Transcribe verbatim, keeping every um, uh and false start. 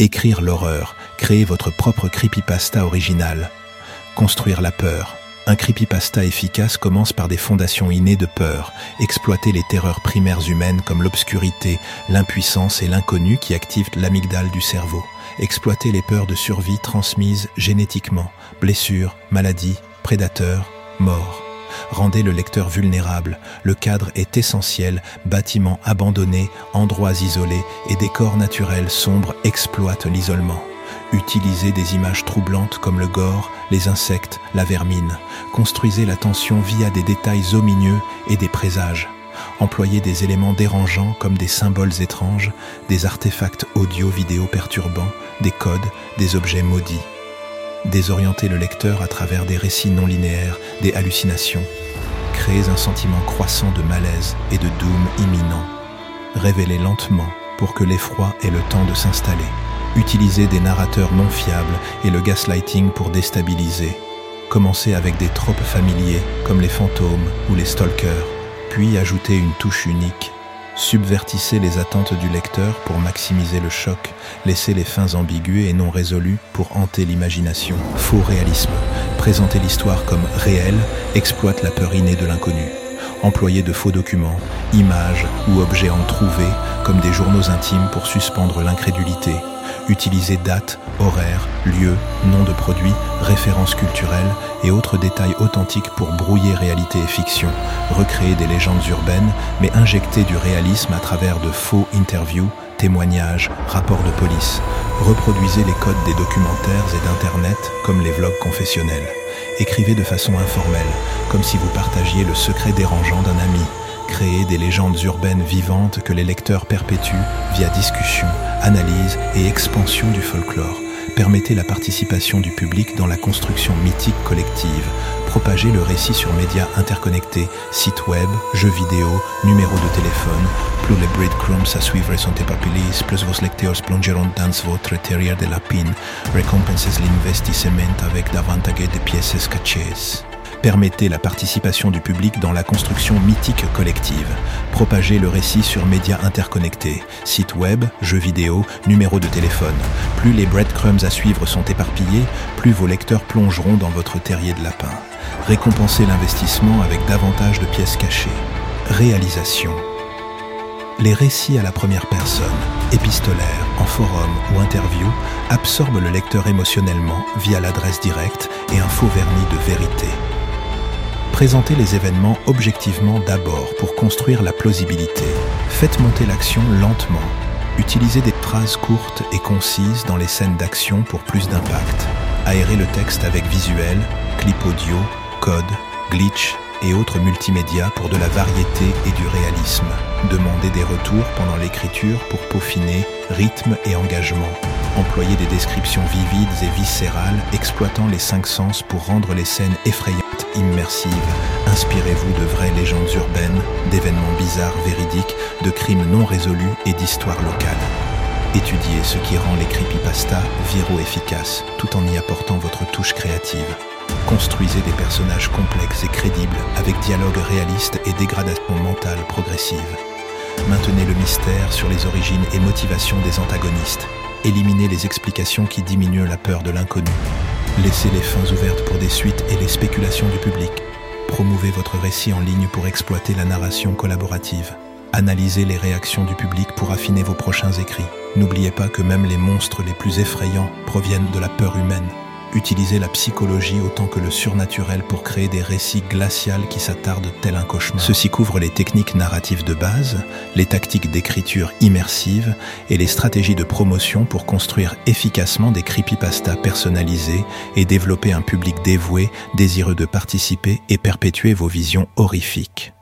Écrire l'horreur, créer votre propre creepypasta original. Construire la peur. Un creepypasta efficace commence par des fondations innées de peur, exploiter les terreurs primaires humaines comme l'obscurité, l'impuissance et l'inconnu qui activent l'amygdale du cerveau. Exploiter les peurs de survie transmises génétiquement, blessures, maladies, prédateurs, morts. Rendez le lecteur vulnérable. Le cadre est essentiel. Bâtiments abandonnés, endroits isolés et décors naturels sombres exploitent l'isolement. Utilisez des images troublantes comme le gore, les insectes, la vermine. Construisez la tension via des détails omineux et des présages. Employez des éléments dérangeants comme des symboles étranges, des artefacts audio-vidéo perturbants, des codes, des objets maudits. Désorientez le lecteur à travers des récits non linéaires, des hallucinations. Créez un sentiment croissant de malaise et de doom imminent. Révélez lentement pour que l'effroi ait le temps de s'installer. Utilisez des narrateurs non fiables et le gaslighting pour déstabiliser. Commencez avec des tropes familiers comme les fantômes ou les stalkers, puis ajoutez une touche unique. Subvertissez les attentes du lecteur pour maximiser le choc. Laissez les fins ambiguës et non résolues pour hanter l'imagination. Faux réalisme. Présentez l'histoire comme réelle, exploite la peur innée de l'inconnu. Employez de faux documents, images ou objets entrouvés comme des journaux intimes pour suspendre l'incrédulité. Utilisez dates, horaires, lieux, noms de produits, références culturelles et autres détails authentiques pour brouiller réalité et fiction. Recréez des légendes urbaines, mais injectez du réalisme à travers de faux interviews, témoignages, rapports de police. Reproduisez les codes des documentaires et d'Internet comme les vlogs confessionnels. Écrivez de façon informelle, comme si vous partagiez le secret dérangeant d'un ami. Créez des légendes urbaines vivantes que les lecteurs perpétuent via discussion, analyse et expansion du folklore. Permettez la participation du public dans la construction mythique collective. Propagez le récit sur médias interconnectés, sites web, jeux vidéo, numéros de téléphone. Plus les breadcrumbs à suivre sont éparpillés, plus vos lecteurs plongeront dans votre terrier de lapine. Récompensez l'investissement avec davantage de pièces cachées. Permettez la participation du public dans la construction mythique collective. Propagez le récit sur médias interconnectés, sites web, jeux vidéo, numéros de téléphone. Plus les breadcrumbs à suivre sont éparpillés, plus vos lecteurs plongeront dans votre terrier de lapin. Récompensez l'investissement avec davantage de pièces cachées. Réalisation. Les récits à la première personne, épistolaires, en forum ou interview, absorbent le lecteur émotionnellement via l'adresse directe et un faux vernis de vérité. Présentez les événements objectivement d'abord pour construire la plausibilité. Faites monter l'action lentement. Utilisez des phrases courtes et concises dans les scènes d'action pour plus d'impact. Aérez le texte avec visuels, clips audio, codes, glitch et autres multimédias pour de la variété et du réalisme. Demandez des retours pendant l'écriture pour peaufiner rythme et engagement. Employez des descriptions vivides et viscérales, exploitant les cinq sens pour rendre les scènes effrayantes, immersives. Inspirez-vous de vraies légendes urbaines, d'événements bizarres véridiques, de crimes non résolus et d'histoires locales. Étudiez ce qui rend les creepypastas viraux efficaces, tout en y apportant votre touche créative. Construisez des personnages complexes et crédibles, avec dialogue réaliste et dégradation mentale progressive. Maintenez le mystère sur les origines et motivations des antagonistes. Éliminez les explications qui diminuent la peur de l'inconnu. Laissez les fins ouvertes pour des suites et les spéculations du public. Promouvez votre récit en ligne pour exploiter la narration collaborative. Analysez les réactions du public pour affiner vos prochains écrits. N'oubliez pas que même les monstres les plus effrayants proviennent de la peur humaine. Utilisez la psychologie autant que le surnaturel pour créer des récits glacials qui s'attardent tel un cauchemar. Ceci couvre les techniques narratives de base, les tactiques d'écriture immersive et les stratégies de promotion pour construire efficacement des creepypastas personnalisés et développer un public dévoué, désireux de participer et perpétuer vos visions horrifiques.